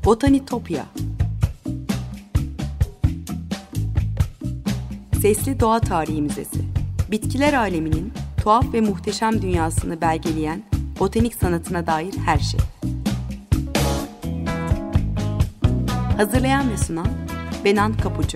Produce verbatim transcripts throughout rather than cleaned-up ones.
Botanitopya. Sesli Doğa Tarihi Müzesi. Bitkiler aleminin tuhaf ve muhteşem dünyasını belgeleyen botanik sanatına dair her şey. Hazırlayan ve sunan Benan Kapucu.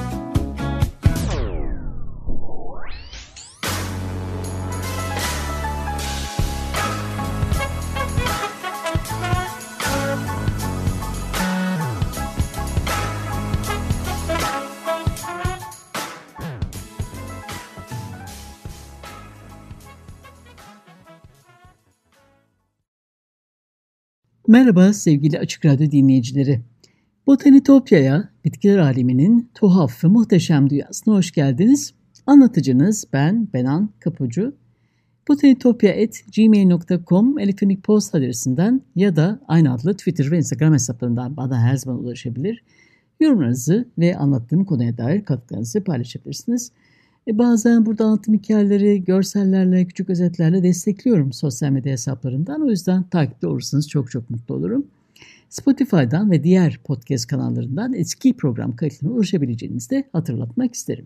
Merhaba sevgili Açık Radyo dinleyicileri. Botanitopya'ya, bitkiler aleminin tuhaf ve muhteşem dünyasına hoş geldiniz. Anlatıcınız ben Benan Kapucu. botanitopya at gmail nokta com elektronik posta adresinden ya da aynı adlı Twitter ve Instagram hesaplarından bana her zaman ulaşabilir. Yorumlarınızı ve anlattığım konuya dair katkılarınızı paylaşabilirsiniz. E bazen burada anlattığım hikayeleri görsellerle, küçük özetlerle destekliyorum sosyal medya hesaplarından. O yüzden takipte olursanız çok çok mutlu olurum. Spotify'dan ve diğer podcast kanallarından eski program kayıtlarına ulaşabileceğinizi de hatırlatmak isterim.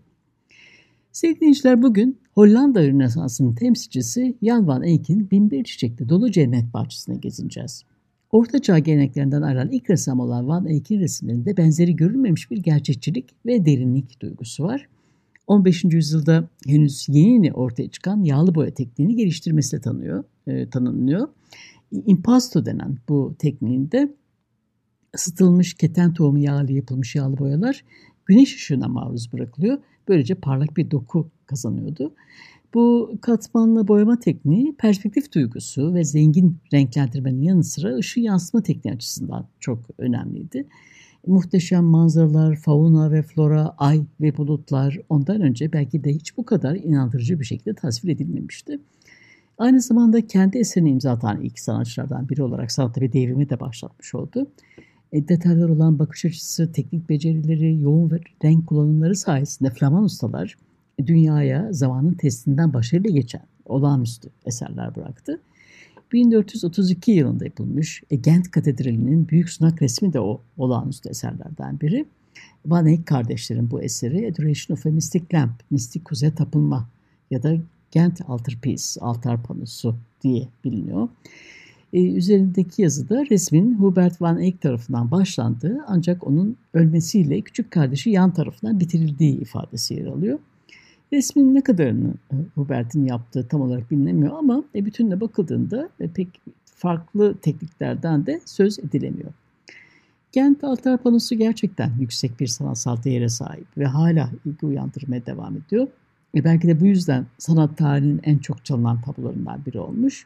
Sevgili dinleyiciler, bugün Hollanda Rönesansı'nın temsilcisi Jan van Eyck'in binbir çiçekli dolu cennet bahçesine gezineceğiz. Ortaçağ geleneklerinden ayrılan ilk ressam olan Van Eyck'in resimlerinde benzeri görülmemiş bir gerçekçilik ve derinlik duygusu var. on beşinci yüzyılda henüz yeni yeni ortaya çıkan yağlı boya tekniğini geliştirmesiyle tanıyor, e, tanınıyor. Impasto denen bu tekniğinde ısıtılmış keten tohumu yağıyla yapılmış yağlı boyalar güneş ışığına maruz bırakılıyor. Böylece parlak bir doku kazanıyordu. Bu katmanlı boyama tekniği perspektif duygusu ve zengin renklendirmenin yanı sıra ışığı yansıtma tekniği açısından çok önemliydi. Muhteşem manzaralar, fauna ve flora, ay ve bulutlar ondan önce belki de hiç bu kadar inandırıcı bir şekilde tasvir edilmemişti. Aynı zamanda kendi eserini imza atan ilk sanatçılardan biri olarak sanatta bir devrimi de başlatmış oldu. E, detaylar olan bakış açısı, teknik becerileri, yoğun ve renk kullanımları sayesinde Flaman ustalar e, dünyaya zamanın testinden başarıyla geçen olağanüstü eserler bıraktı. bin dört yüz otuz iki yılında yapılmış e, Gent Katedrali'nin büyük sunak resmi de o olağanüstü eserlerden biri. Van Eyck kardeşlerin bu eseri Adoration of a Mystic Lamp, mistik kuzeye tapınma ya da Gent Altarpiece, altar panosu diye biliniyor. Ee, üzerindeki yazıda resmin Hubert van Eyck tarafından başlandığı ancak onun ölmesiyle küçük kardeşi Jan tarafından bitirildiği ifadesi yer alıyor. Resmin ne kadarını Hubert'in yaptığı tam olarak bilinemiyor ama e, bütününe bakıldığında e, pek farklı tekniklerden de söz edilemiyor. Gent altar panosu gerçekten yüksek bir sanatsal değere sahip ve hala ilgi uyandırmaya devam ediyor. E, belki de bu yüzden sanat tarihinin en çok çalınan tablolarından biri olmuş.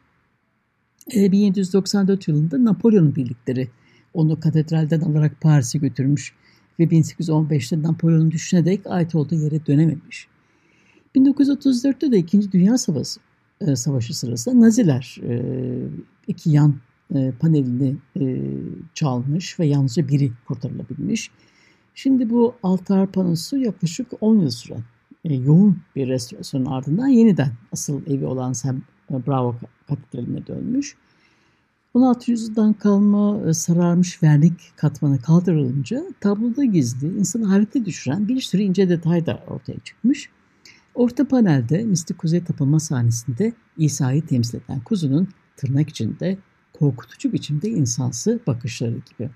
E, bin yedi yüz doksan dört yılında Napolyon'un birlikleri onu katedralden alarak Paris'e götürmüş ve bin sekiz yüz on beşte Napolyon'un düşüşüne dek ait olduğu yere dönememiş. bin dokuz yüz otuz dörtte de İkinci Dünya Savaşı, e, Savaşı sırasında Naziler e, iki yan e, panelini e, çalmış ve yalnızca biri kurtarılabilmiş. Şimdi bu altar panosu yaklaşık on yıl süren e, yoğun bir restorasyonun ardından yeniden asıl evi olan Sam Bravo Katedrali'ne dönmüş. on altı yüzyıldan kalma e, sararmış vernik katmanı kaldırılınca tabloda gizli, insanı hayrete düşüren bir sürü ince detay da ortaya çıkmış. Orta panelde mistik kuzey tapınma sahnesinde İsa'yı temsil eden kuzunun tırnak içinde korkutucu biçimde insansı bakışları gibi.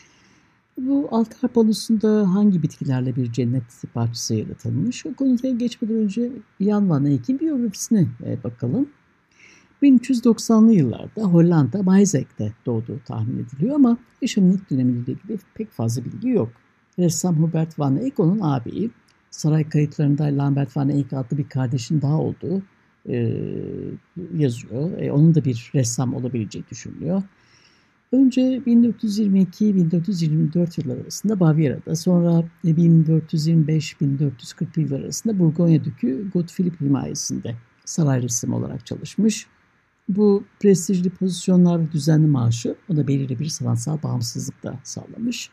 Bu altar panosunda hangi bitkilerle bir cennet bahçesi yaratılmış? O konuya geçmeden önce Jan van Eyck'in biyografisine bakalım. bin üç yüz doksanlı yıllarda Hollanda Maaseik'te doğduğu tahmin ediliyor ama yaşamın ilk dönemiyle ilgili pek fazla bilgi yok. Ressam Hubert van Eyck onun ağabeyi. Saray kayıtlarında Lambert van Eyck adlı bir kardeşin daha olduğu e, yazıyor. E, onun da bir ressam olabileceği düşünülüyor. Önce bin dört yüz yirmi iki bin dört yüz yirmi dört yılları arasında Bavyera'da, sonra bin dört yüz yirmi beş bin dört yüz kırk yılları arasında Burgonya Dükü Gottfried himayesinde saray ressamı olarak çalışmış. Bu prestijli pozisyonlar ve düzenli maaşı ona belirli bir sanatsal bağımsızlık da sağlamış.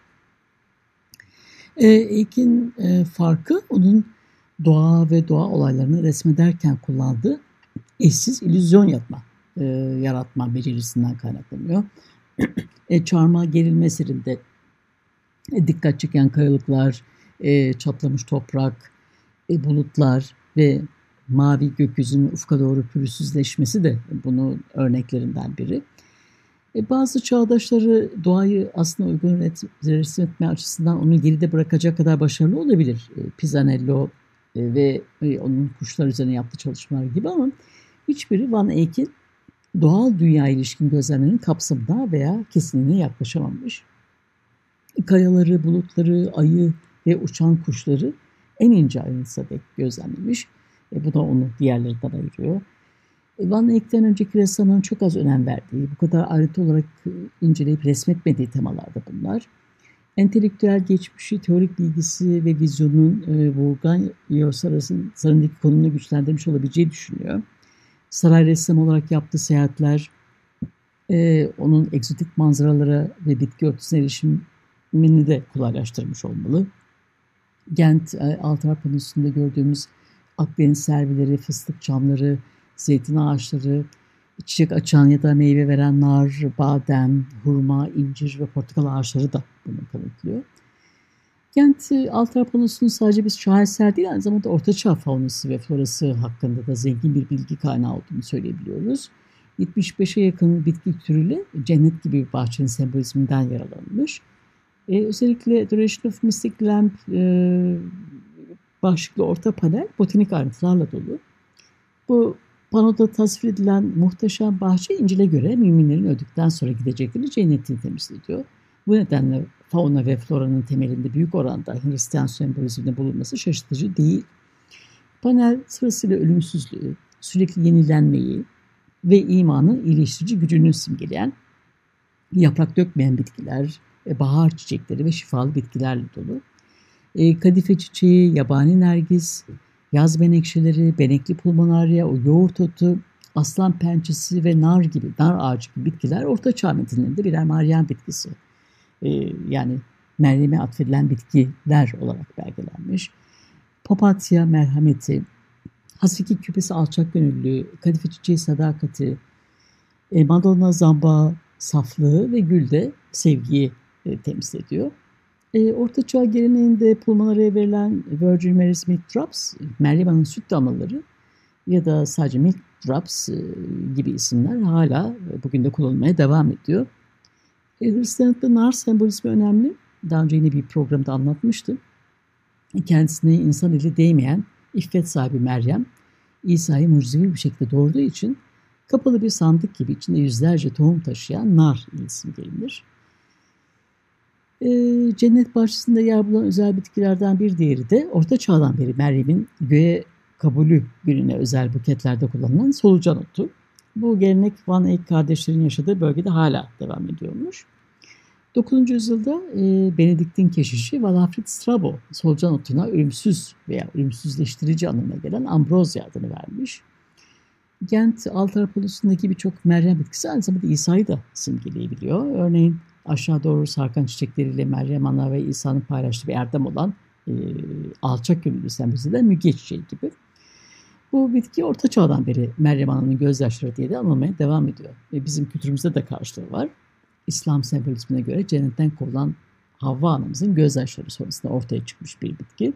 Eyck'in e, farkı onun doğa ve doğa olaylarını resmederken kullandığı eşsiz illüzyon yapma, e, yaratma becerisinden kaynaklanıyor. e, çarmıha gerilme eserinde E, dikkat çeken kayalıklar, e, çatlamış toprak, e, bulutlar ve mavi gökyüzünün ufka doğru pürüzsüzleşmesi de bunun örneklerinden biri. E, bazı çağdaşları doğayı aslında uygun resmetme açısından onu geride bırakacak kadar başarılı olabilir. E, Pisanello e, ve e, onun kuşlar üzerine yaptığı çalışmalar gibi, ama hiçbiri Van Eyck'in doğal dünya ilişkin gözlemlerinin kapsamına veya kesinliğine yaklaşamamış. Kayaları, bulutları, ayı ve uçan kuşları en ince ayrıntısına dek gözlemlemiş. E, bu da onu diğerlerinden ayırıyor. E, Van Eyck'ten önceki ressamların çok az önem verdiği, bu kadar ayrıntı olarak inceleyip resmetmediği temalarda bunlar. Entelektüel geçmişi, teorik bilgisi ve vizyonun e, Volgan sarayındaki konumunu güçlendirmiş olabileceği düşünüyor. Saray ressamı olarak yaptığı seyahatler, e, onun egzotik manzaralara ve bitki örtüsüne erişimini de kolaylaştırmış olmalı. Gent, e, Altar Panosu'nda gördüğümüz Akdeniz servileri, fıstık çamları, zeytin ağaçları, çiçek açan ya da meyve veren nar, badem, hurma, incir ve portakal ağaçları da bunu kanıtlıyor. Gent, Altar Panosu'nun sadece bir şaheser değil, aynı zamanda Ortaçağ faunası ve florası hakkında da zengin bir bilgi kaynağı olduğunu söyleyebiliyoruz. yetmiş beşe yakın bitki türüyle cennet gibi bir bahçenin sembolizminden yararlanmış. Ee, özellikle Duration of Mystic Lamp e, başlıklı orta panel botanik ayrıntılarla dolu. Bu panoda tasvir edilen muhteşem bahçe İncil'e göre müminlerin öldükten sonra gidecekleri cennetini temsil ediyor. Bu nedenle fauna ve floranın temelinde büyük oranda Hristiyan sembolizminde bulunması şaşırtıcı değil. Panel sırasıyla ölümsüzlüğü, sürekli yenilenmeyi ve imanın iyileştirici gücünü simgeleyen yaprak dökmeyen bitkiler, bahar çiçekleri ve şifalı bitkilerle dolu. Kadife çiçeği, yabani nergis, yaz menekşeleri, benekli pulmonarya, o yoğurt otu, aslan pençesi ve nar gibi, nar ağacı gibi bitkiler Orta Çağ metinlerinde birer Meryem bitkisi. Ee, yani Meryem'e atfedilen bitkiler olarak belgelenmiş. Papatya merhameti, haseki küpesi alçak gönüllü, kadife çiçeği sadakati, e, Madonna zamba saflığı ve gül de sevgiyi e, temsil ediyor. E, Orta Çağ geleneğinde pulmonaraya verilen Virgin Mary's Milk Drops, Meryem Ana'nın süt damlaları ya da sadece Milk Drops e, gibi isimler hala e, bugün de kullanılmaya devam ediyor. E, Hristiyanlıkta nar sembolizmi önemli. Daha önce yine bir programda anlatmıştım. Kendisine insan eli değmeyen iffet sahibi Meryem, İsa'yı mucizevi bir şekilde doğurduğu için kapalı bir sandık gibi içinde yüzlerce tohum taşıyan nar isim gelinir. E, cennet bahçesinde yer bulan özel bitkilerden bir diğeri de Orta Çağ'dan beri Meryem'in göğe kabulü gününe özel buketlerde kullanılan solucan otu. Bu gelenek Van Eyck kardeşlerin yaşadığı bölgede hala devam ediyormuş. dokuzuncu yüzyılda e, Benedikt'in keşişi Walafrid Strabo solucan otuna ölümsüz veya ölümsüzleştirici anlamına gelen Ambrozia adını vermiş. Gent, Altar Panosu'ndaki birçok Meryem bitkisi aynı zamanda İsa'yı da simgeleyebiliyor. Örneğin aşağı doğru sarkan çiçekleriyle Meryem Ana ve İsa'nın paylaştığı bir erdem olan e, alçak gönüllü sembolizmi de müge çiçeği gibi. Bu bitki Orta Çağ'dan beri Meryem Ana'nın gözyaşları diye de anılmaya devam ediyor. E, bizim kültürümüzde de karşılığı var. İslam sembolizmine göre cennetten kovulan Havva anamızın gözyaşları sonrasında ortaya çıkmış bir bitki.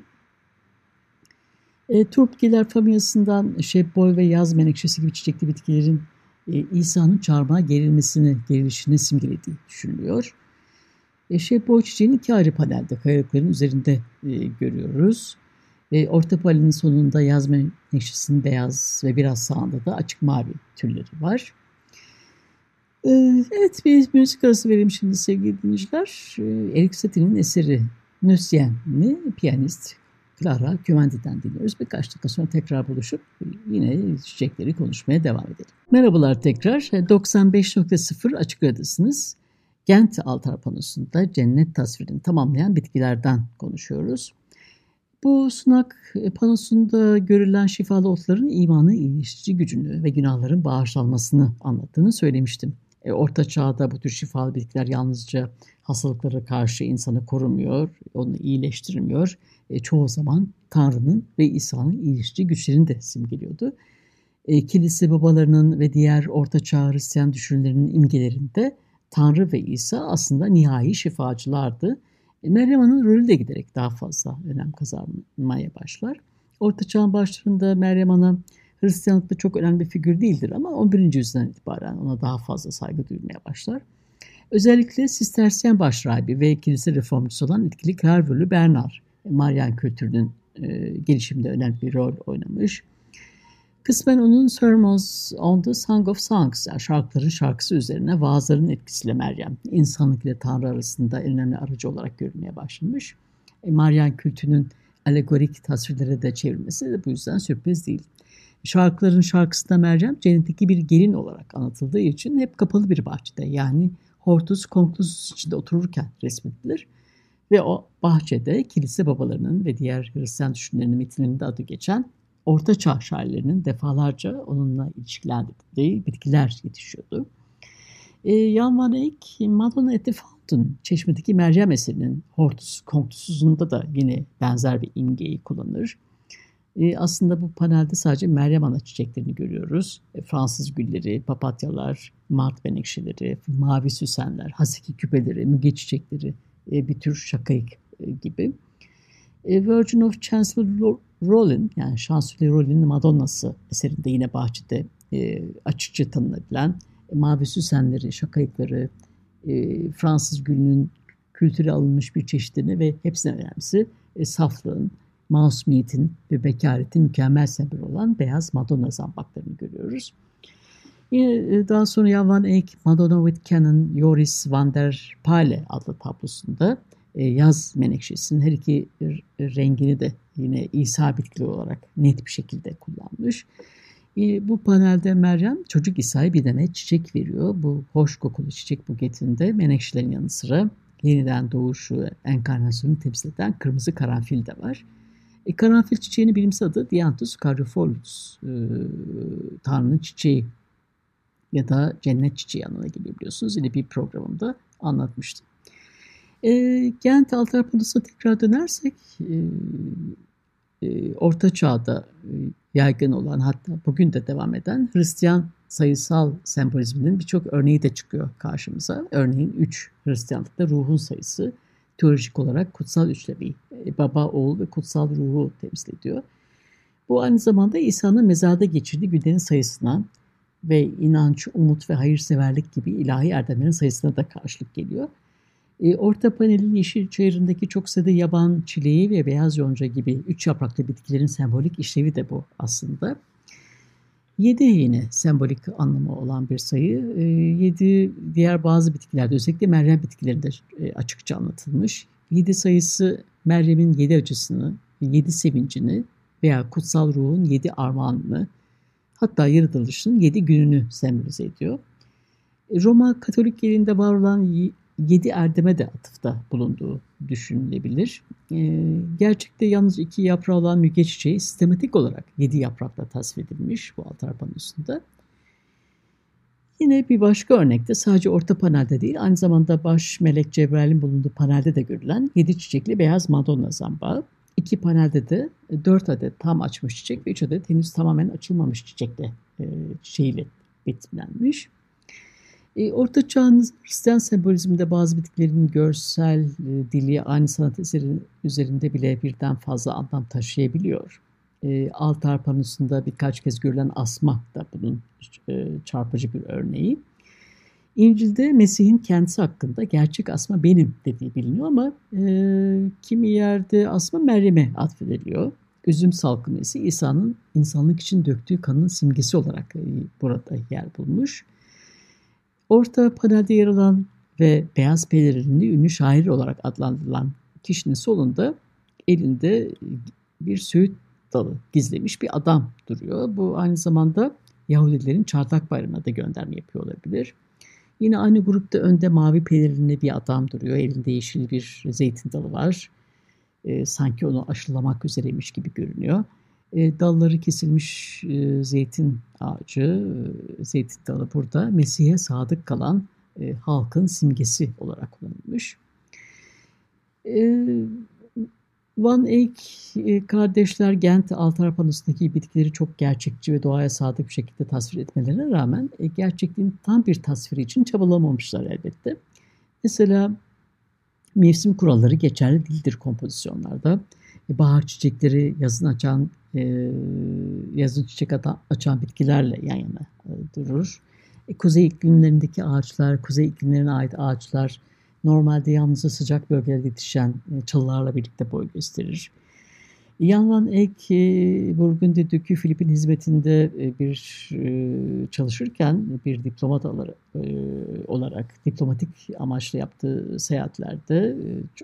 E, Turpgiler familyasından şebboy ve yaz menekşesi gibi çiçekli bitkilerin e, İsa'nın çarmıha gerilmesini, gerilişini simgelediği düşünülüyor. E, şebboy çiçeğini iki ayrı panelde kayalıkların üzerinde e, görüyoruz. E, orta panelin sonunda yaz menekşesinin beyaz ve biraz sağında da açık mavi türleri var. E, evet, bir müzik arası verelim şimdi sevgili dinleyiciler. E, Erik Satie'nin eseri Nösyen'i piyanist Clara Küvendi'den dinliyoruz. Birkaç dakika sonra tekrar buluşup yine çiçekleri konuşmaya devam edelim. Merhabalar tekrar. doksan beş nokta sıfır Açık Radyo'dasınız. Gent Altar Panosu'nda cennet tasvirini tamamlayan bitkilerden konuşuyoruz. Bu sunak panosunda görülen şifalı otların imanı iyileştirici gücünü ve günahların bağışlanmasını anlattığını söylemiştim. E, Orta Çağ'da bu tür şifalı bitkiler yalnızca hastalıklara karşı insanı korumuyor, onu iyileştirmiyor. E, çoğu zaman Tanrı'nın ve İsa'nın iyileştirici güçlerini de simgeliyordu. E, kilise babalarının ve diğer Orta Çağ Hristiyan düşünürlerinin imgelerinde Tanrı ve İsa aslında nihai şifacılardı. E, Meryem Ana'nın rolü de giderek daha fazla önem kazanmaya başlar. Orta Çağ'ın başlarında Meryem Ana Hristiyanlıkta çok önemli bir figür değildir ama on birinci yüzyıldan itibaren ona daha fazla saygı duymaya başlar. Özellikle Sistersiyen başrahibi ve kilise reformcusu olan etkili Clairvaux Bernard, Marian kültürünün e, gelişiminde önemli bir rol oynamış. Kısmen onun Sermons on the Song of Songs, yani şarkıların şarkısı üzerine vaazların etkisiyle Meryem, insanlık ile Tanrı arasında en önemli aracı olarak görülmeye başlamış. E, Marian kültünün alegorik tasvirlere de çevrilmesi de bu yüzden sürpriz değil. Şarkıların şarkısında Meryem cennetteki bir gelin olarak anlatıldığı için hep kapalı bir bahçede, yani hortus conclusus içinde otururken resmedilir. Ve o bahçede kilise babalarının ve diğer Hristiyan düşünürlerinin metinlerinde adı geçen Orta Çağ şairlerinin defalarca onunla ilişkilendirdiği bitkiler yetişiyordu. E, Jan van Eyck, Madonna at the Fountain, Çeşmedeki Meryem eserinin Hortus Conclusus'unda da yine benzer bir imgeyi kullanır. E, aslında bu panelde sadece Meryem Ana çiçeklerini görüyoruz. E, Fransız gülleri, papatyalar, mart menekşeleri, mavi süsenler, haseki küpeleri, müge çiçekleri, e, bir tür şakayık e, gibi. E, Virgin of Chancellor Rollin, yani Şansölye Rollin'in Madonna'sı eserinde yine bahçede e, açıkça tanınabilen e, mavi süsenleri, şakayıkları, e, Fransız gülünün kültüre alınmış bir çeşidini ve hepsinden önemlisi e, saflığın, masumiyetin ve bekaretin mükemmel sembolü olan beyaz Madonna zambaklarını görüyoruz. Yine daha sonra Jan van Eyck, Madonna with Canon, Joris van der Pale adlı tablosunda yaz menekşesinin her iki rengini de yine İsa bitkili olarak net bir şekilde kullanmış. Bu panelde Meryem çocuk İsa'ya bir demet çiçek veriyor. Bu hoş kokulu çiçek buketinde menekşelerin yanı sıra yeniden doğuşu, enkarnasyonu temsil eden kırmızı karanfil de var. E, karanfil çiçeğinin bilimsel adı Dianthus caryophyllus, e, Tanrı'nın çiçeği ya da cennet çiçeği anlamına geliyor biliyorsunuz. Yine bir programımda anlatmıştım. E, Gent Altarpanus'a tekrar dönersek, e, e, Orta Çağ'da e, yaygın olan, hatta bugün de devam eden Hristiyan sayısal sembolizminin birçok örneği de çıkıyor karşımıza. Örneğin üç, Hristiyanlıkta ruhun sayısı teolojik olarak kutsal üçlemeyi, baba, oğul ve kutsal ruhu temsil ediyor. Bu aynı zamanda İsa'nın mezarda geçirdiği günlerin sayısına ve inanç, umut ve hayırseverlik gibi ilahi erdemlerin sayısına da karşılık geliyor. E, orta panelin yeşil çayırındaki çok sayıda yaban çileği ve beyaz yonca gibi üç yapraklı bitkilerin sembolik işlevi de bu aslında. Yedi yine sembolik anlamı olan bir sayı. E, yedi diğer bazı bitkilerde, özellikle Meryem bitkilerinde e, açıkça anlatılmış. Yedi sayısı Meryem'in yedi acısını, yedi sevincini veya kutsal ruhun yedi armağanını, hatta yaratılışın yedi gününü sembolize ediyor. E, Roma Katolik yerinde var olan yedi erdeme de atıfta bulunduğu düşünülebilir. E, gerçekte yalnız iki yaprağı olan müge çiçeği sistematik olarak yedi yaprakla tasvir edilmiş bu altar panosunda. Yine bir başka örnekte sadece orta panelde değil, aynı zamanda baş melek Cebrail'in bulunduğu panelde de görülen yedi çiçekli beyaz Madonna zambağı. İki panelde de dört adet tam açmış çiçek ve üç adet henüz tamamen açılmamış çiçekle e, çiçeğiyle betimlenmiş. E, Orta Çağ'ın Hristiyan sembolizminde bazı bitkilerin görsel e, dili aynı sanat eseri üzerinde bile birden fazla anlam taşıyabiliyor. E, altar panosunda birkaç kez görülen asma da bunun e, çarpıcı bir örneği. İncil'de Mesih'in kendisi hakkında gerçek asma benim dediği biliniyor ama e, kimi yerde asma Meryem'e atfediliyor. Üzüm salkımı ise İsa'nın insanlık için döktüğü kanın simgesi olarak e, burada yer bulmuş. Orta panelde yer alan ve beyaz pelerinli ünlü şair olarak adlandırılan kişinin solunda elinde bir söğüt dalı gizlemiş bir adam duruyor. Bu aynı zamanda Yahudilerin çardak bayramına da gönderme yapıyor olabilir. Yine aynı grupta önde mavi pelerinli bir adam duruyor. Elinde yeşil bir zeytin dalı var. E, sanki onu aşılamak üzereymiş gibi görünüyor. E, dalları kesilmiş e, zeytin ağacı, e, zeytin dalı burada Mesih'e sadık kalan e, halkın simgesi olarak kullanılmış. E, Van Eyck e, kardeşler Gent altar panosundaki bitkileri çok gerçekçi ve doğaya sadık bir şekilde tasvir etmelerine rağmen e, gerçekliğin tam bir tasviri için çabalamamışlar elbette. Mesela Mevsim kuralları geçerli değildir kompozisyonlarda. E, bahar çiçekleri yazın açan, e, yazın çiçek ata, açan bitkilerle yan yana e, durur. E, kuzey iklimlerindeki ağaçlar, kuzey iklimlerine ait ağaçlar normalde yalnızca sıcak bölgelerde yetişen e, çalılarla birlikte boy gösterir. Jan van Eyck, Burgundy Dükü Filip'in hizmetinde bir çalışırken bir diplomat olarak diplomatik amaçla yaptığı seyahatlerde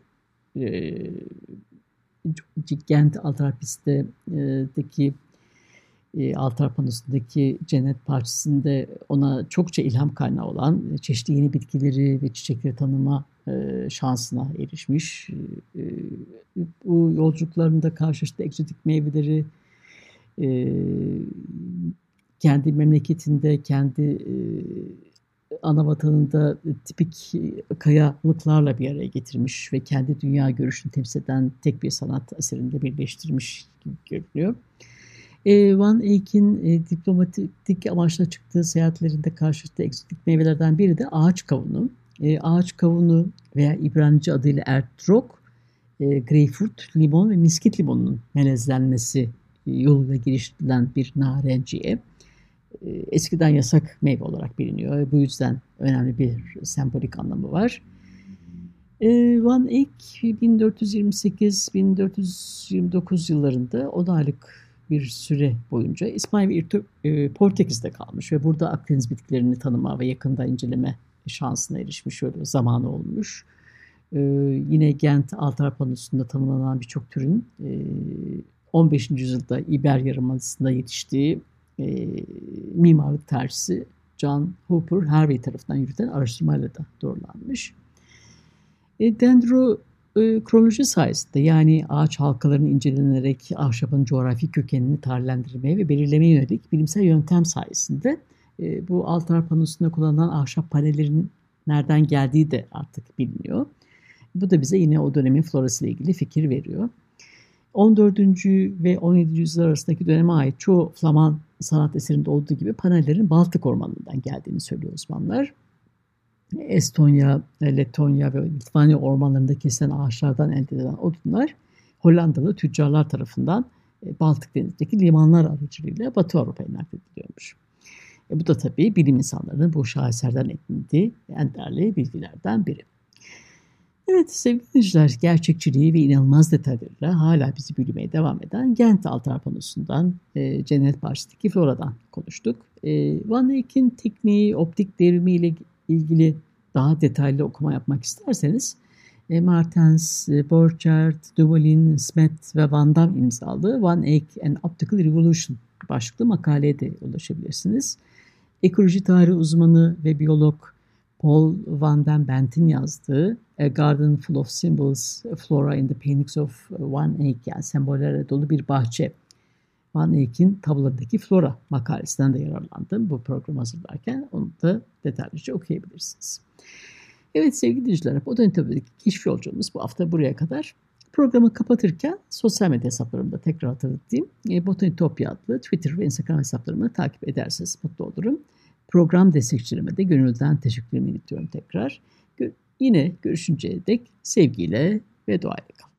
Gent Altarpist'teki altar panosundaki cennet parçasında ona çokça ilham kaynağı olan çeşitli yeni bitkileri ve çiçekleri tanıma şansına erişmiş. Bu yolculuklarında karşılaştığı egzotik meyveleri kendi memleketinde, kendi ana vatanında tipik kayalıklarla bir araya getirmiş ve kendi dünya görüşünü temsil eden tek bir sanat eserinde birleştirmiş gibi görünüyor. Van Eyck'in e, diplomatik amaçla çıktığı seyahatlerinde karşılaştığı egzotik meyvelerden biri de ağaç kavunu. E, ağaç kavunu veya İbranice adıyla ertrok, e, greyfurt, limon ve misket limonunun melezlenmesi yoluyla geliştirilen bir narenciye. E, eskiden yasak meyve olarak biliniyor. Bu yüzden önemli bir sembolik anlamı var. E, Van Eyck bin dört yüz yirmi sekiz bin dört yüz yirmi dokuz yıllarında on aylık bir süre boyunca İspanya ve e, Portekiz'de kalmış ve burada Akdeniz bitkilerini tanıma ve yakından inceleme şansına erişmiş, öyle zamanı olmuş. E, yine Gent altar panosunda tanımlanan birçok türün e, on beşinci yüzyılda İber Yarımadası'nda yetiştiği e, mimarlık tarihçisi John Hooper Harvey tarafından yürüten araştırmayla da doğrulanmış. E, dendro E, kronoloji sayesinde, yani ağaç halkalarının incelenerek ahşabın coğrafi kökenini tarihlendirmeye ve belirlemeye yönelik bilimsel yöntem sayesinde e, bu altar panosunda kullanılan ahşap panellerin nereden geldiği de artık biliniyor. Bu da bize yine o dönemin florası ile ilgili fikir veriyor. on dördüncü ve on yedinci yüzyıl arasındaki döneme ait çoğu Flaman sanat eserinde olduğu gibi panellerin Baltık ormanından geldiğini söylüyor uzmanlar. Estonya, Letonya ve Litvanya ormanlarında kesilen ağaçlardan elde edilen odunlar Hollandalı tüccarlar tarafından Baltık Denizi'ndeki limanlar aracılığıyla Batı Avrupa'ya naklediliyormuş. E bu da tabii bilim insanlarının bu şaheserden edindiği en değerli bilgilerden biri. Evet sevgili dinleyiciler, gerçekçiliği ve inanılmaz detaylarıyla hala bizi büyülemeye devam eden Gent altar panosundan, e, cennet parçasındaki floradan konuştuk. E, Van Eyck'in tekniği, optik devrimiyle ilgili daha detaylı okuma yapmak isterseniz e, Martens, e, Borchardt, Dumoulin, Smet ve Van Damme imzalı Van Eyck and Optical Revolution başlıklı makaleye de ulaşabilirsiniz. Ekoloji tarihi uzmanı ve biyolog Paul van den Bent'in yazdığı A Garden Full of Symbols, Flora in the Paintings of Van Eyck, yani sembollerle dolu bir bahçe, Van Eyck'in tablolarındaki flora makalesinden de yararlandım bu programı hazırlarken. Onu da detaylıca okuyabilirsiniz. Evet sevgili dinleyiciler, Botanitopya'daki keşif yolculuğumuz bu hafta buraya kadar. Programı kapatırken sosyal medya hesaplarımda tekrar hatırlatayım. Botanitopya adlı Twitter ve Instagram hesaplarımı takip ederseniz mutlu olurum. Program destekçilerime de gönülden teşekkürlerimi iletiyorum tekrar. Yine görüşünceye dek sevgiyle ve duayla kalın.